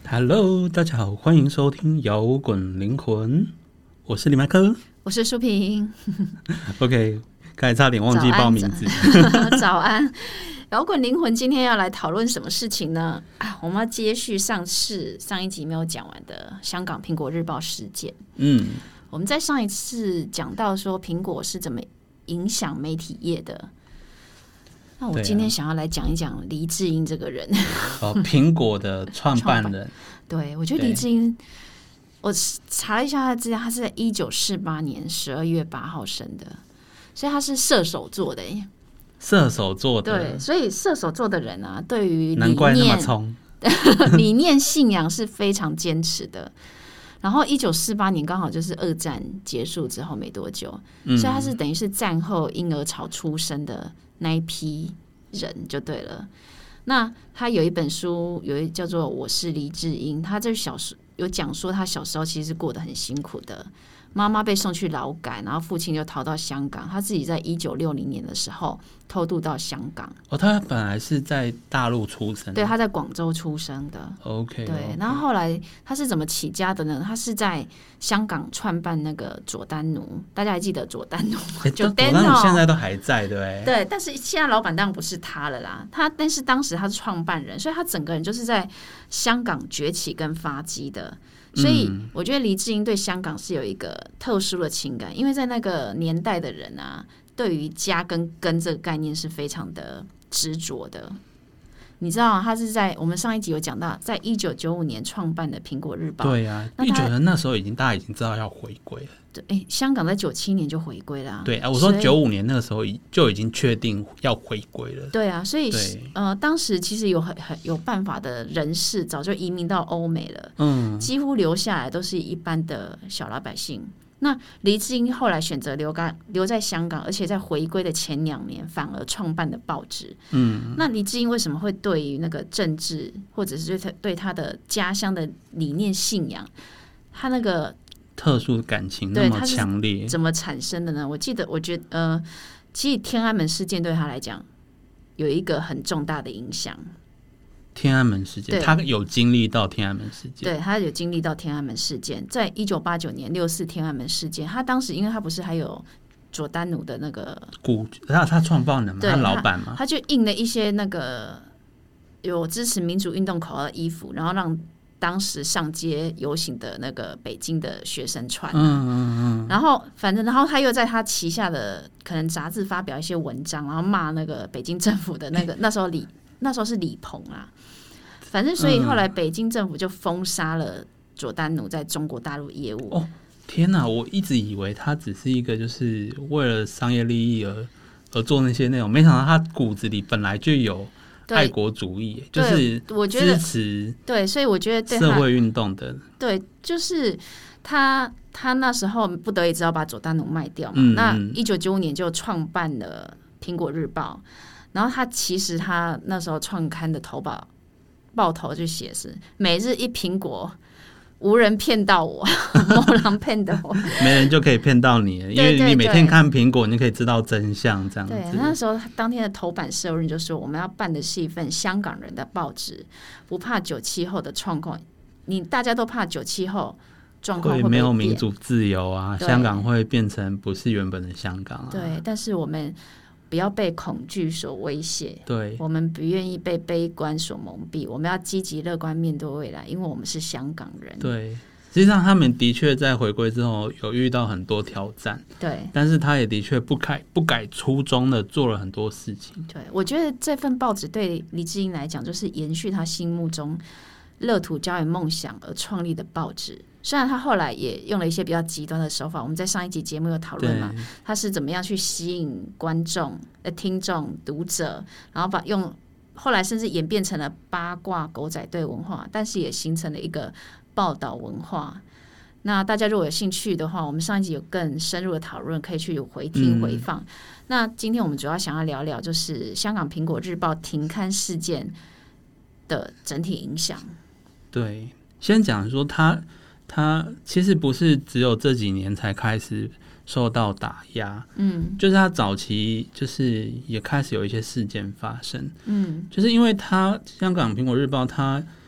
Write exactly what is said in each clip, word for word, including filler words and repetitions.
Hello， 大家好，欢迎收听摇滚灵魂，我是李麦克， 我是舒平。 OK， 刚才差点忘记报名字。 早安，摇滚灵魂今天要来讨论什么事情呢？啊，我们要接续上次上一集没有讲完的香港苹果日报事件。 嗯， 我们在上一次讲到说苹果是怎么影响媒体业的。那我今天想要来讲一讲黎智英这个人。 哦，苹果的创办人。 对，我觉得黎智英，我查了一下他的资料，他是在一九四八年十二月八号生的，所以他是射手座的耶。 射手座的， 对，所以射手座的人啊，对于理念难怪那么冲， 理念信仰是非常坚持的。然后一九四八年刚好就是二战结束之后没多久，嗯、所以他是等于是战后婴儿潮出生的那一批人就对了。那他有一本书，有一叫做《我是黎智英》，他这小时有讲说他小时候其实过得很辛苦的。妈妈被送去劳改，然后父亲就逃到香港。他自己在一九六零年的时候偷渡到香港。 哦，他本来是在大陆出生的， 对，他在广州出生的。 OK， 对， okay. 然后后来他是怎么起家的呢？他是在香港创办那个佐丹奴，大家还记得佐丹奴吗？ 欸、佐丹奴现在都还在，对不对？ 对，但是现在老板当然不是他了啦。他但是当时他是创办人，所以他整个人就是在香港崛起跟发迹的。所以我觉得黎智英对香港是有一个特殊的情感，因为在那个年代的人啊，对于家跟根这个概念是非常的执着的。你知道他是在我们上一集有讲到，在一九九五年创办的苹果日报。 对啊，一九年那时候已经大家已经知道要回归了。 对，欸，香港在九七年就回归了，啊。 对啊，我说九五年那个时候就已经确定要回归了。 对啊，所以呃，当时其实有很很有办法的人士早就移民到欧美了，嗯，几乎留下来都是一般的小老百姓。那黎智英后来选择留在留在香港，而且在回归的前两年反而创办的报纸。嗯，那黎智英为什么会对于那个政治，或者是对他对他的家乡的理念信仰，他那个特殊感情那么强烈， 怎么产生的呢？我记得，我觉得呃，其实天安门事件对他来讲有一个很重大的影响。 天安门事件，他有经历到天安门事件， 对，他有经历到天安门事件，在一九八九年六四天安门事件，他当时因为他不是还有佐丹奴的那个股，他他创办人嘛，他老板嘛， 他就印了一些那个有支持民主运动口号的衣服，然后让当时上街游行的那个北京的学生穿，啊，嗯嗯嗯，然后反正，然后他又在他旗下的可能杂志发表一些文章，然后骂那个北京政府的那个那时候李那时候是李鹏啊，反正所以后来北京政府就封杀了佐丹奴在中国大陆业务。 哦，天哪！我一直以为他只是一个就是为了商业利益而而做那些内容，没想到他骨子里本来就有爱国主义，就是支持对，所以我觉得社会运动的。 对，就是他他那时候不得已只好把佐丹奴卖掉嘛。嗯、那一九九五年就创办了苹果日报，然后他其实他那时候创刊的头版报头就写是每日一苹果，无人骗到我，没人骗到我， 没人就可以骗到你，因为你每天看苹果，你可以知道真相这样子。 对，那时候当天的头版社论就说，我们要办的是一份香港人的报纸，不怕九七后的状况，你大家都怕九七后状况会不会没有民主自由啊，香港会变成不是原本的香港啊。 对，但是我们不要被恐惧所威胁， 对， 我们不愿意被悲观所蒙蔽，我们要积极乐观面对未来，因为我们是香港人。 对，实际上他们的确在回归之后有遇到很多挑战， 对， 但是他也的确不改不改初衷的做了很多事情。 对，我觉得这份报纸对黎智英来讲，就是延续他心目中乐土教育梦想而创立的报纸。虽然他后来也用了一些比较极端的手法，我们在上一集节目有讨论嘛，他是怎么样去吸引观众、呃听众、读者，然后把用后来甚至演变成了八卦狗仔队文化，但是也形成了一个报道文化。那大家如果有兴趣的话，我们上一集有更深入的讨论，可以去回听回放。嗯、那今天我们主要想要聊聊，就是香港苹果日报停刊事件的整体影响。 对，先讲说他。他其实不是只有这几年才开始受到打压，嗯，就是他早期就是也开始有一些事件发生，嗯，就是因为他香港苹果日报他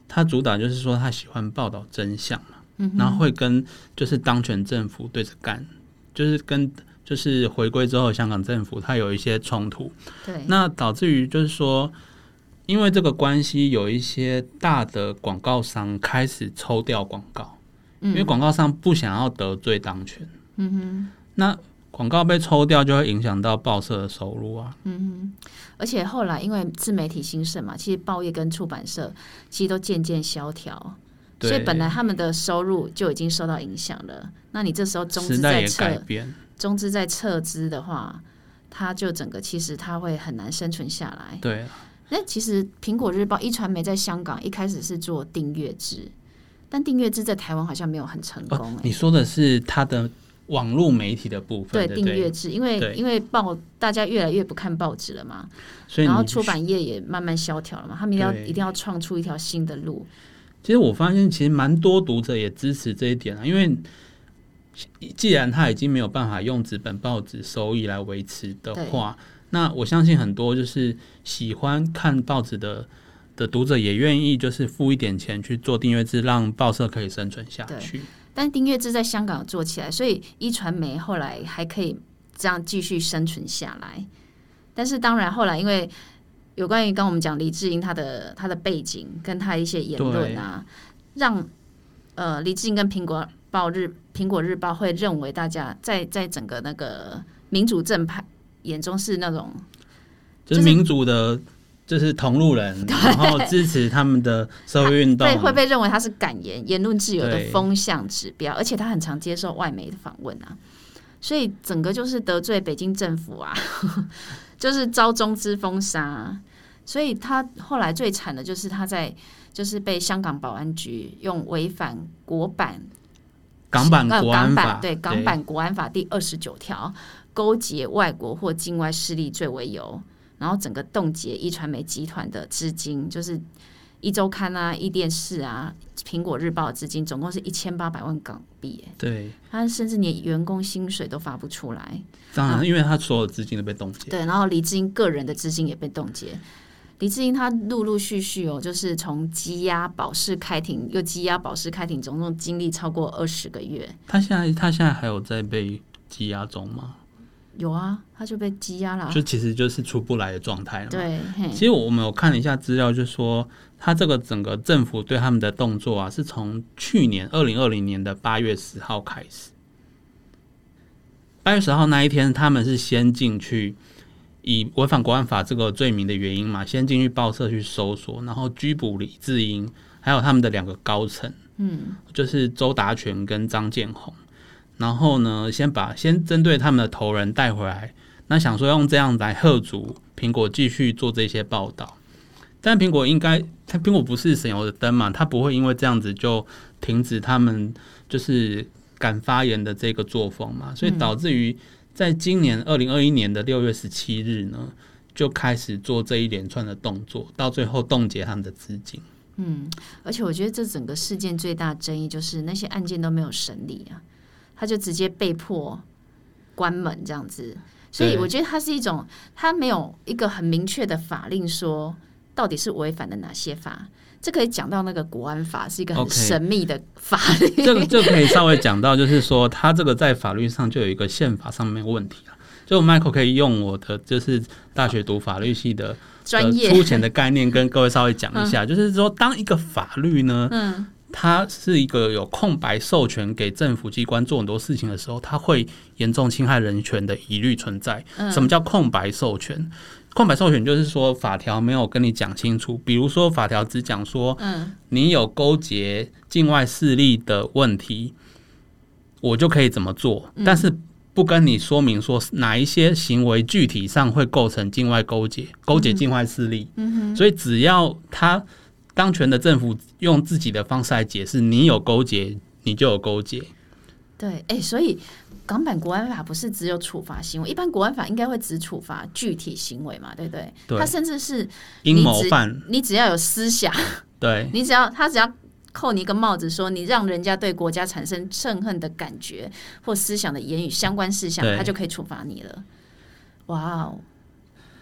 他主打就是说他喜欢报道真相嘛，嗯、然后会跟就是当权政府对着干，就是跟就是回归之后香港政府它有一些冲突， 对， 那导致于就是说，因为这个关系，有一些大的广告商开始抽调广告，嗯、因为广告商不想要得罪当权，嗯哼，那广告被抽掉就会影响到报社的收入啊， 嗯哼，而且后来因为自媒体兴盛嘛，其实报业跟出版社其实都渐渐萧条。所以本来他们的收入就已经受到影响了，那你这时候中资在撤，中资在撤资的话，它就整个其实它会很难生存下来。 对啊， 那其实苹果日报一传媒在香港一开始是做订阅制，但订阅制在台湾好像没有很成功、欸哦。 你说的是它的网络媒体的部分， 对对订阅制，因为因为报大家越来越不看报纸了嘛， 所以然后出版业也慢慢萧条了嘛，他们一定要一定要创出一条新的路。 其实我发现，其实蛮多读者也支持这一点啊，因为既然他已经没有办法用纸本报纸收益来维持的话，那我相信很多就是喜欢看报纸的的读者也愿意就是付一点钱去做订阅制，让报社可以生存下去。 但订阅制在香港做起来，所以一传媒后来还可以这样继续生存下来。但是当然后来因为有关于刚我们讲李志英他的他的背景跟他一些言论啊，让呃李志英跟苹果报日苹果日报会认为大家在在整个那个民主正派眼中是那种就是民主的，就是同路人，然后支持他们的社会运动， 对，会被认为他是敢言言论自由的风向指标，而且他很常接受外媒的访问啊，所以整个就是得罪北京政府啊。就是遭中资封杀，所以他后来最惨的就是他在就是被香港保安局用违反国版港版国安法， 对港版国安法第二十九条勾结外国或境外势力罪为由，然后整个冻结一传媒集团的资金，就是一周刊啊、一电视啊、苹果日报的资金，总共是一千八百万港币。 对， 他甚至连员工薪水都发不出来。 当然，因为他所有资金都被冻结。 对，然后黎智英个人的资金也被冻结。黎智英他陆陆续续哦，就是从羁押保释开庭，又羁押保释开庭，总共经历超过二十个月。 他现在他现在还有在被羁押中吗？ 有啊，他就被羁押了， 就其实就是出不来的状态了嘛。 对， 其实我们有看了一下资料，就是说他这个整个政府对他们的动作啊，是从去年二零二零年的八月十号开始。八月十号那一天，他们是先进去以违反国安法这个罪名的原因嘛，先进去报社去搜索，然后拘捕李智英，还有他们的两个高层，嗯，就是周达全跟张建宏。然后呢，先把先针对他们的头人带回来，那想说用这样来嚇阻苹果继续做这些报道。但苹果应该，它苹果不是省油的灯嘛，它不会因为这样子就停止他们就是敢发言的这个作风嘛，所以导致于在今年二零二一年的六月十七日呢，就开始做这一连串的动作，到最后冻结他们的资金。 嗯，而且我觉得这整个事件最大的争议就是那些案件都没有审理啊。他就直接被迫关门这样子，所以我觉得它是一种，它没有一个很明确的法令说到底是违反了哪些法。这可以讲到那个国安法是一个很神秘的法律， okay, 这个就可以稍微讲到，就是说它这个在法律上就有一个宪法上面问题了。就 Michael 可以用我的就是大学读法律系的专业粗浅的概念跟各位稍微讲一下，嗯、就是说当一个法律呢，嗯。它是一个有空白授权给政府机关做很多事情的时候，它会严重侵害人权的疑虑存在。嗯、什么叫空白授权？空白授权就是说法条没有跟你讲清楚，比如说法条只讲说，嗯、你有勾结境外势力的问题，我就可以怎么做，嗯、但是不跟你说明说哪一些行为具体上会构成境外勾结，勾结境外势力。嗯嗯、所以只要他当权的政府用自己的方式来解释，你有勾结，你就有勾结。 对，哎、欸，所以港版国安法不是只有处罚行为，一般国安法应该会只处罚具体行为嘛，对不对？ 对， 他甚至是阴谋犯， 你只要有思想， 对， 你只要他只要扣你一个帽子，说你让人家对国家产生憎恨的感觉或思想的言语相关事项，他就可以处罚你了。哇哦！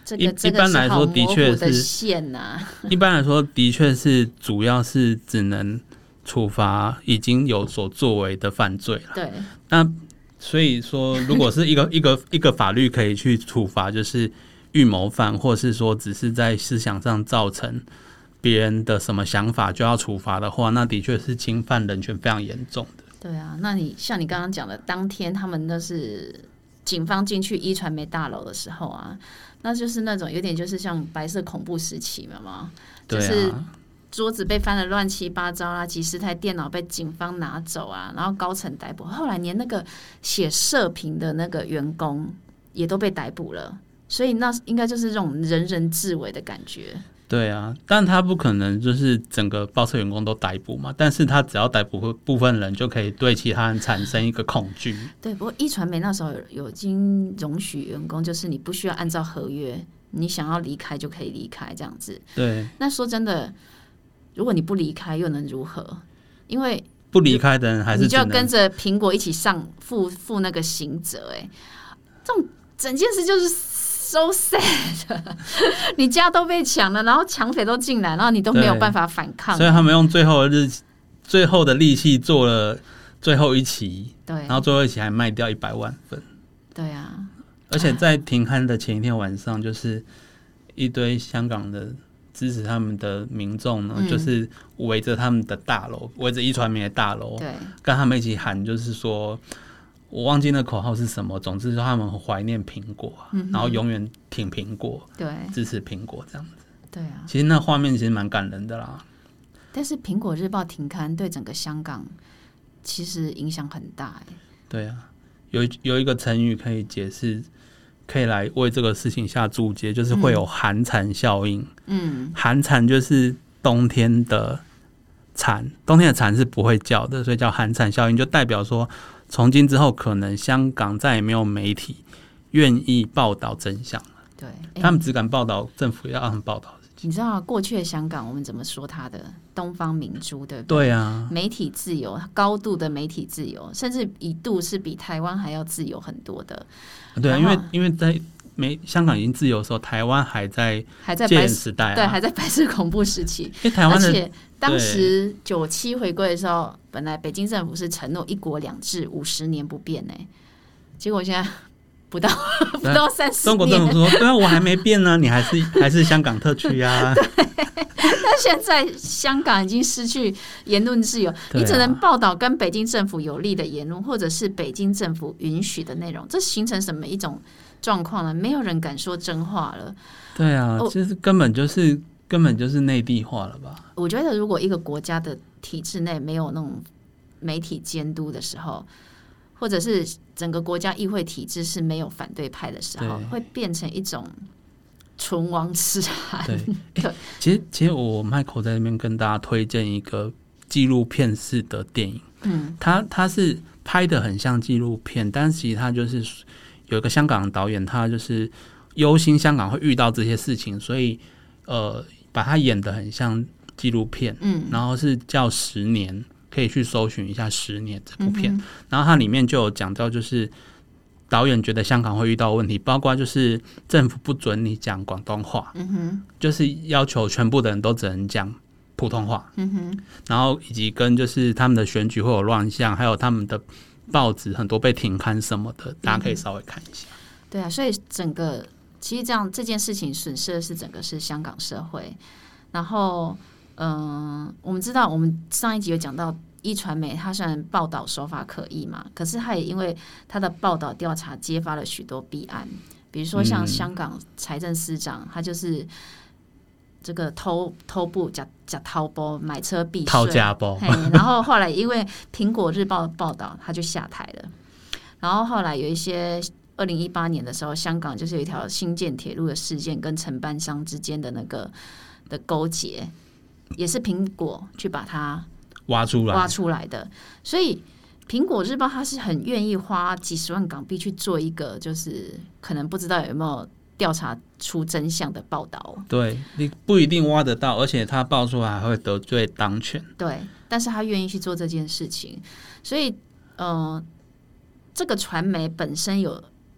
这个一般来说的确是线啊。 一般来说的确是主要是只能处罚已经有所作为的犯罪了。 对， 那所以说，如果是一个一个一个法律可以去处罚，就是预谋犯，或是说只是在思想上造成别人的什么想法就要处罚的话，那的确是侵犯人权非常严重的。 对啊，那你像你刚刚讲的，当天他们那是警方进去一传媒大楼的时候啊，那就是那种有点就是像白色恐怖时期嘛嘛，就是桌子被翻得乱七八糟啦，几十台电脑被警方拿走啊，然后高层逮捕，后来连那个写社评的那个员工也都被逮捕了，所以那应该就是这种人人自危的感觉。 对啊，但他不可能就是整个报社员工都逮捕嘛，但是他只要逮捕部分人，就可以对其他人产生一个恐惧。 对，不过一传媒那时候有已经容许员工，就是你不需要按照合约，你想要离开就可以离开这样子。 对， 那说真的，如果你不离开又能如何？因为不离开的人还是你就要跟着苹果一起上负负那个刑责。哎，这种整件事就是so sad 你家都被抢了，然后抢匪都进来，然后你都没有办法反抗， 所以他们用最后的日最后的力气做了最后一期， 对， 然后最后一期还卖掉一百万份。 对啊， 而且在停刊的前一天晚上，就是一堆香港的支持他们的民众呢，嗯、就是围着他们的大楼，围着一传媒的大楼， 对， 跟他们一起喊，就是说。我忘记那口号是什么，总之说他们很怀念苹果、啊嗯，然后永远挺苹果，对，支持苹果这样子。 对啊， 其实那画面其实蛮感人的啦。 但是苹果日报停刊对整个香港其实影响很大哎。 对啊，有有一个成语可以解释，可以来为这个事情下注解，就是会有寒蝉效应。嗯，寒蝉就是冬天的蝉，冬天的蝉是不会叫的，所以叫寒蝉效应，就代表说。从今之后，可能香港再也没有媒体愿意报道真相了。 对， 他们只敢报道政府要让他们报道的事情。 你知道过去的香港，我们怎么说它的东方明珠，对不对？对啊， 媒体自由，高度的媒体自由，甚至一度是比台湾还要自由很多的。 对啊，因为因为在美香港已经自由的时候，台湾还在还在戒严时代、啊， 对，还在白色恐怖时期。 因为台湾的， 而且当时九七回归的时候，本来北京政府是承诺一国两制五十年不变呢、欸，结果现在不到不到三十年， 中国政府说：“对啊，我还没变呢、啊，你还是还是香港特区啊。” 那现在香港已经失去言论自由，你只能报道跟北京政府有利的言论，或者是北京政府允许的内容，这形成什么一种状况呢？没有人敢说真话了。 对啊，其实根本就是根本就是内地化了吧？ 我觉得如果一个国家的体制内没有那种媒体监督的时候，或者是整个国家议会体制是没有反对派的时候，会变成一种唇亡齿寒。 对，欸、其实其实我 Michael 在那边跟大家推荐一个纪录片式的电影，嗯，他他是拍的很像纪录片，但是其实他就是有一个香港的导演，他就是忧心香港会遇到这些事情，所以呃，把它演得很像纪录片，嗯，然后是叫《十年》，可以去搜寻一下《十年》这部片，嗯、然后它里面就有讲到，就是导演觉得香港会遇到问题，包括就是政府不准你讲广东话，嗯哼，就是要求全部的人都只能讲普通话，嗯哼，然后以及跟就是他们的选举会有乱象，还有他们的报纸很多被停刊什么的，大家可以稍微看一下。 嗯、对啊，所以整个其实这样这件事情损失的是整个是香港社会，然后。嗯、呃，我们知道，我们上一集有讲到，一传媒它虽然报道手法可疑嘛，可是它也因为它的报道调查揭发了许多弊案，比如说像香港财政司长，他就是这个偷偷步假假掏包买车避税， 掏家包， 然后后来因为苹果日报的报道，他就下台了。然后后来有一些二零一八年的时候，香港就是有一条新建铁路的事件，跟承办商之间的那个的勾结。也是苹果去把它挖出来挖出来的，所以苹果日报它是很愿意花几十万港币去做一个，就是可能不知道有没有调查出真相的报道。 对，你不一定挖得到，而且他爆出来还会得罪当权。 对，但是他愿意去做这件事情，所以呃，这个传媒本身有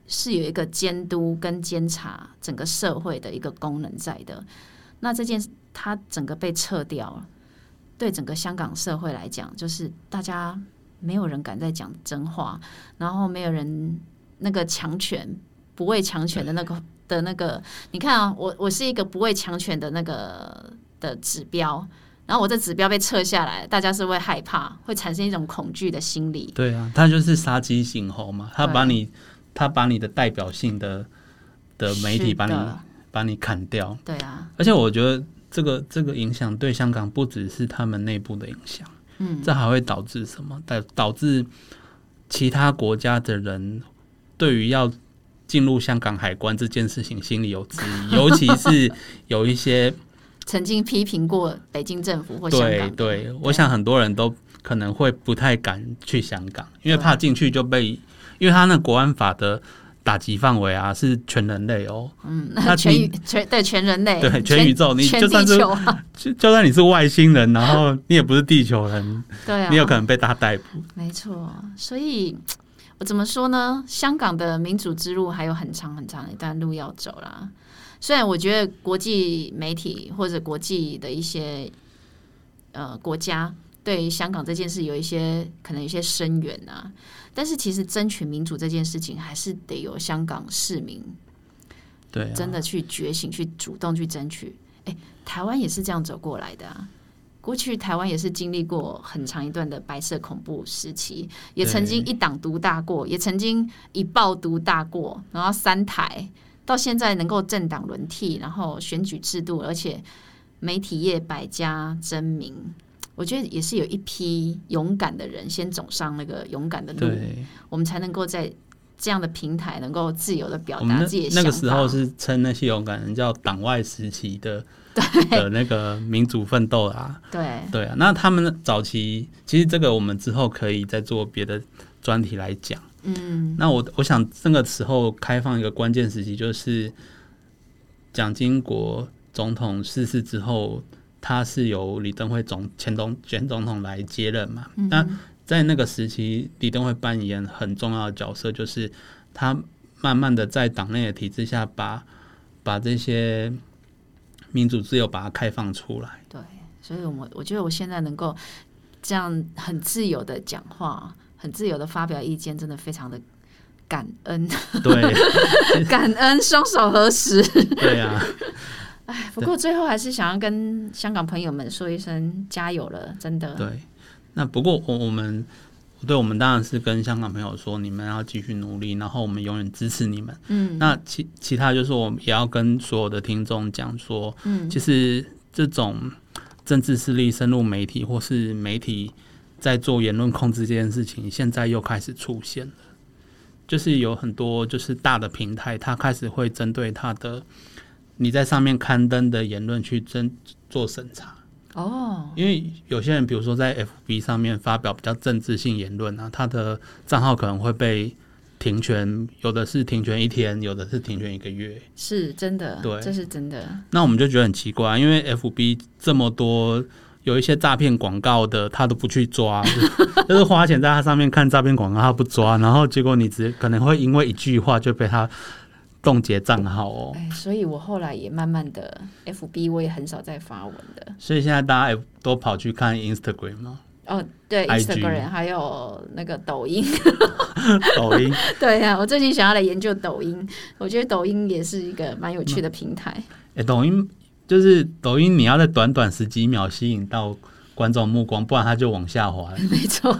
是有一个监督跟监察整个社会的一个功能在的。那这件它整个被撤掉了，对整个香港社会来讲，就是大家没有人敢再讲真话，然后没有人那个强权不畏强权的那个的那个，你看啊，我我是一个不畏强权的那个的指标。然后我这指标被撤下来，大家是会害怕，会产生一种恐惧的心理。 对啊，他就是杀鸡儆猴嘛，他把你他把你的代表性的的媒体把你把你砍掉。 对啊， 而且我觉得这个这个影响对香港不只是他们内部的影响，嗯，这还会导致什么？导导致其他国家的人对于要进入香港海关这件事情心里有质疑，尤其是有一些。 曾经批评过北京政府或香港， 对对，我想很多人都可能会不太敢去香港，因为怕进去就被，因为他那国安法的打击范围啊是全人类哦， 嗯，那全宇全对全人类， 对全宇宙，你就算是就就算你是外星人，然后你也不是地球人， 对啊， 你有可能被他逮捕， 没错。所以我怎么说呢？香港的民主之路还有很长很长的一段路要走啦。虽然我觉得国际媒体或者国际的一些呃国家对香港这件事有一些可能有一些声援啊，但是其实争取民主这件事情还是得由香港市民对、啊、 真的去觉醒，去主动去争取。哎，台湾也是这样走过来的啊。过去台湾也是经历过很长一段的白色恐怖时期，也曾经一党独大过，也曾经一暴独大过，然后三台。到现在能够政党轮替，然后选举制度，而且媒体业百家争鸣，我觉得也是有一批勇敢的人先走上那个勇敢的路，我们才能够在这样的平台能够自由的表达自己的想法。 那个时候是称那些勇敢人叫党外时期的的那个民主奋斗啊， 对对啊。那他们早期其实这个我们之后可以再做别的专题来讲。嗯，那我我想这个时候开放一个关键时期，就是蒋经国总统逝世之后，他是由李登辉总前总前总统来接任嘛。嗯、那在那个时期，李登辉扮演很重要的角色，就是他慢慢的在党内的体制下把，把把这些民主自由把它开放出来。 对，所以我我觉得我现在能够这样很自由的讲话。很自由的发表意见，真的非常的感恩。 对， 感恩，双手合十。 对啊， 哎，不过最后还是想要跟香港朋友们说一声加油了，真的。 对，那不过我我们对我们当然是跟香港朋友说，你们要继续努力，然后我们永远支持你们。嗯，那其其他就是我们也要跟所有的听众讲说，嗯，其实这种政治势力深入媒体或是媒体。在做言论控制这件事情，现在又开始出现了，就是有很多就是大的平台，它开始会针对它的你在上面刊登的言论去真做审查。哦，因为有些人比如说在 F B 上面发表比较政治性言论啊，他的账号可能会被停权，有的是停权一天，有的是停权一个月， 是真的， 对， 这是真的。 那我们就觉得很奇怪，因为 F B 这么多。有一些诈骗广告的，他都不去抓，就是花钱在他上面看诈骗广告，他不抓，然后结果你只可能会因为一句话就被他冻结账号哦。 哎，所以我后来也慢慢的 F B 我也很少再发文的。 所以现在大家都跑去看 Instagram 吗？ 哦，对 ，Instagram 还有那个抖音。 抖音， 对啊，我最近想要来研究抖音，我觉得抖音也是一个蛮有趣的平台。 哎，抖音。就是抖音，你要在短短十几秒吸引到观众目光，不然它就往下滑。 没错，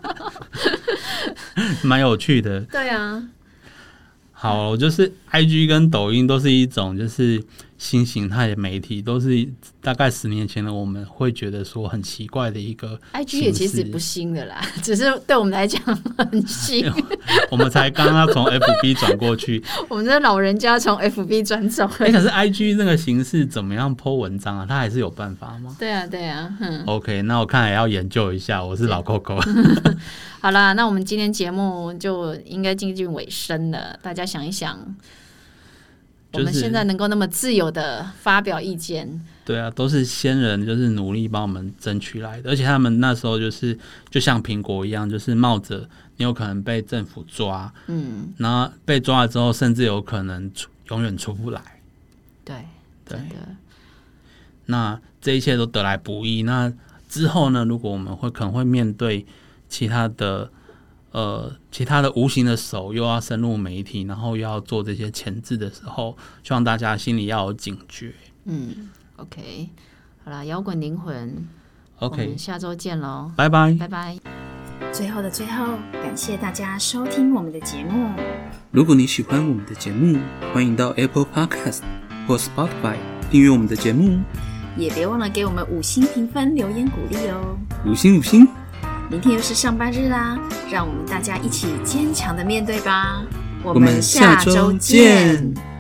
蛮有趣的。 对啊， 好，就是 I G 跟抖音都是一种就是新形态的媒体，都是大概十年前的我们会觉得说很奇怪的一个 I G 也其实不新的啦，只是对我们来讲很新。 我们才刚刚从 F B 转过去， 我们这老人家从 F B 转走。 欸、可是 I G 那个形式怎么样 po 文章啊？它还是有办法吗？ 对啊，对啊。嗯、 OK， 那我看来要研究一下。我是老 Coco。 好啦，那我们今天节目就应该接近尾声了，大家想一想。 我们现在能够那么自由的发表意见。 对啊，都是先人就是努力帮我们争取来的，而且他们那时候就是就像苹果一样，就是冒着你有可能被政府抓，嗯，然后被抓了之后，甚至有可能出永远出不来。 对， 对真的。 那这一切都得来不易。那之后呢？如果我们会可能会面对其他的呃其他的无形的手，又要深入媒体，然后又要做这些前置的时候，希望大家心里要有警觉。 嗯 ，OK， 好啦，摇滚灵魂 ，OK， 我们下周见喽， 拜拜， 拜拜。 最后的最后，感谢大家收听我们的节目。 如果你喜欢我们的节目，欢迎到 Apple Podcast 或 Spotify 订阅我们的节目， 也别忘了给我们五星评分、留言鼓励哦。 五星五星！ 明天又是上班日啦，让我们大家一起坚强的面对吧。 我们下周见。